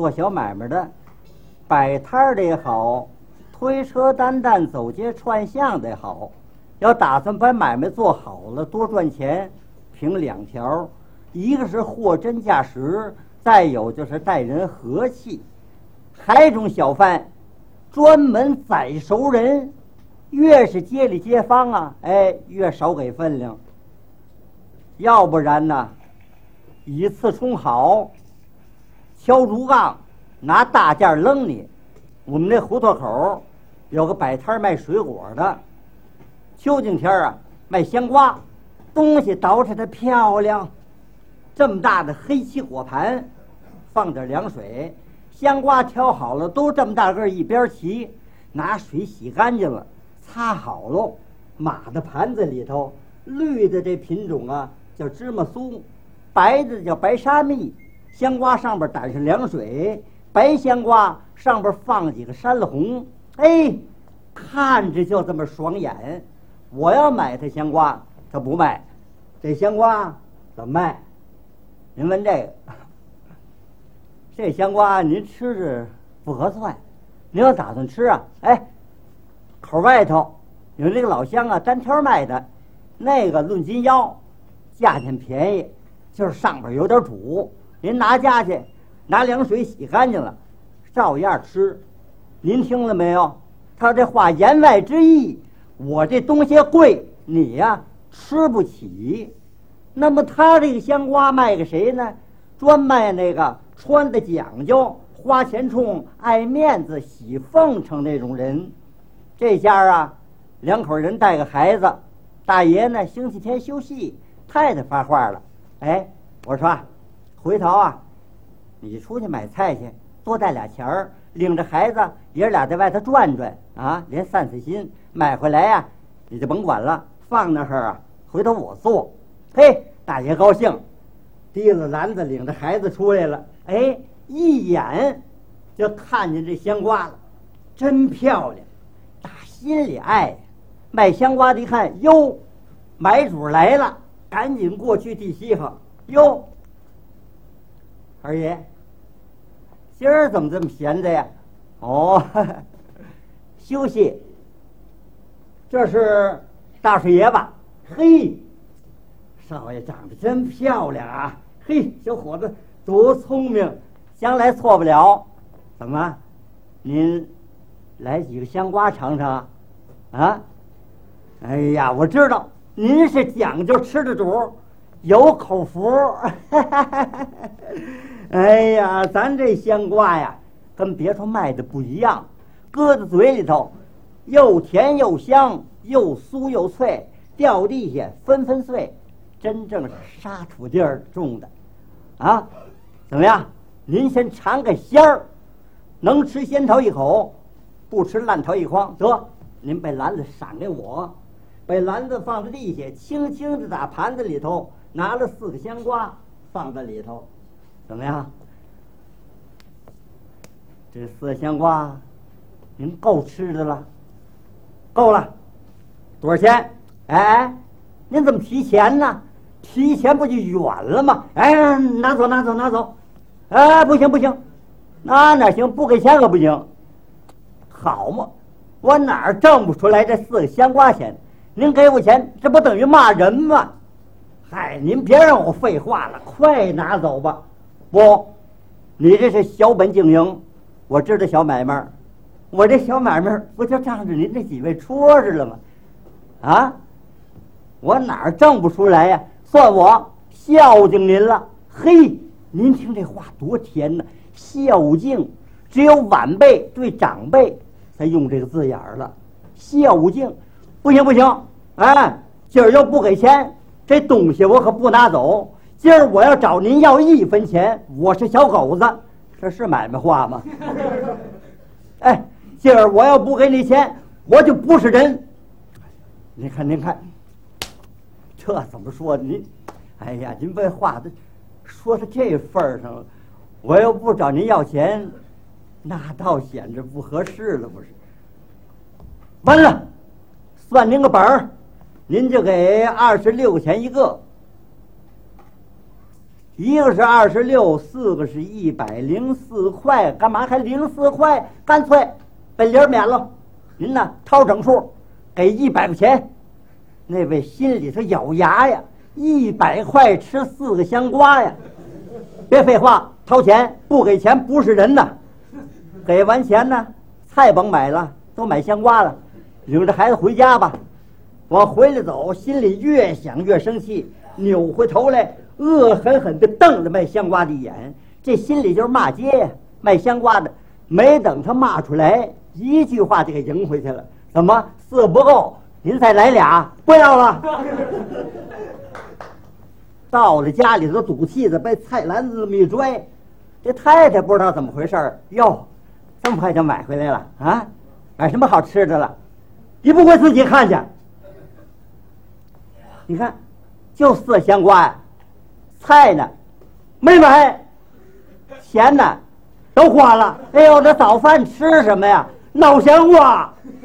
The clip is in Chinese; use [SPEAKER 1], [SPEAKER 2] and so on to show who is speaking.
[SPEAKER 1] 做小买卖的，摆摊的也好，推车担担走街串巷的也好，要打算把买卖做好了，多赚钱，凭两条：一个是货真价实，再有就是待人和气。还一种小贩，专门宰熟人，越是街里街坊啊，越少给分量。要不然呢，以次充好，敲竹杠，拿大件扔你。我们那胡同口有个摆摊卖水果的，秋景天啊卖香瓜，东西捯饬的漂亮，这么大的黑漆果盘，放点凉水，香瓜挑好了，都这么大个一边齐，拿水洗干净了，擦好喽，码的盘子里头。绿的这品种啊叫芝麻酥，白的叫白沙蜜。香瓜上边打上凉水，白香瓜上边放几个山了红，看着就这么爽眼。我要买它香瓜，它不卖，这香瓜怎么卖？您问这个，这香瓜您吃着不合算，您要打算吃啊，口外头有这个老乡啊单挑卖的，那个论斤腰，价钱便宜，就是上边有点土。您拿家去，拿凉水洗干净了，照样吃。您听了没有？他这话言外之意，我这东西贵，你呀吃不起。那么他这个香瓜卖给谁呢？专卖那个穿的讲究、花钱冲、爱面子、喜奉承那种人。这家啊，两口人带个孩子，大爷呢星期天休息，太太发话了，我说回头啊，你出去买菜去，多带俩钱儿，领着孩子爷俩在外头转转啊，连散散心。买回来呀，你就甭管了，放那儿啊，回头我做。大爷高兴，提了篮子，领着孩子出来了。一眼就看见这香瓜了，真漂亮，打心里爱。卖香瓜的一看，哟，买主来了，赶紧过去递稀罕。哟，二爷，今儿怎么这么闲着呀？休息。这是大水爷吧？少爷长得真漂亮啊！小伙子多聪明，将来错不了。怎么，您来几个香瓜尝尝啊？我知道您是讲究吃的主，有口福。咱这香瓜呀，跟别处卖的不一样，搁在嘴里头，又甜又香，又酥又脆，掉地下纷纷碎，真正是沙土地儿种的啊！怎么样？您先尝个鲜儿，能吃先掏一口，不吃烂掏一筐。得，您把篮子赏给我，把篮子放在地下，轻轻的打盘子里头，拿了4个香瓜放在里头，怎么样？这4个香瓜，您够吃的了？够了。多少钱？您怎么提钱呢？提钱不就远了吗？拿走。不行，哪行？不给钱可不行。好嘛，我哪儿挣不出来这4个香瓜钱？您给我钱，这不等于骂人吗？您别让我废话了，快拿走吧。不，你这是小本经营，我知道小买卖，我这小买卖不就仗着您这几位戳着了吗？我哪儿挣不出来呀？算我孝敬您了。您听这话多甜呢！孝敬，只有晚辈对长辈才用这个字眼儿了。孝敬，不行，今儿要不给钱，这东西我可不拿走。今儿我要找您要1分钱，我是小狗子，这是买卖话吗？今儿我要不给你钱，我就不是人。您看，这怎么说？您把话都说到这份儿上了，我要不找您要钱，那倒显着不合适了，不是？完了，算您个本儿，您就给26块钱一个。 一个是26，四个是104块，干嘛还04块？干脆本零免了，您呢掏整数，给100块钱。那位心里头咬牙呀，100块吃4个香瓜呀！别废话，掏钱，不给钱不是人呐！给完钱呢，菜甭买了，都买香瓜了，领着孩子回家吧。往回来走，心里越想越生气，扭回头来，恶狠狠地瞪着卖香瓜的一眼。这心里就是骂街呀，卖香瓜的没等他骂出来，一句话就给迎回去了。怎么4不够？您再来俩，不要了。到了家里头，赌气子被菜篮子这么一拽，这太太不知道怎么回事儿，哟，这么快就买回来了啊？买什么好吃的了？你不会自己看去？你看，就4香瓜呀，菜呢没买，钱呢都花了。哎呦，这早饭吃什么呀？脑香瓜。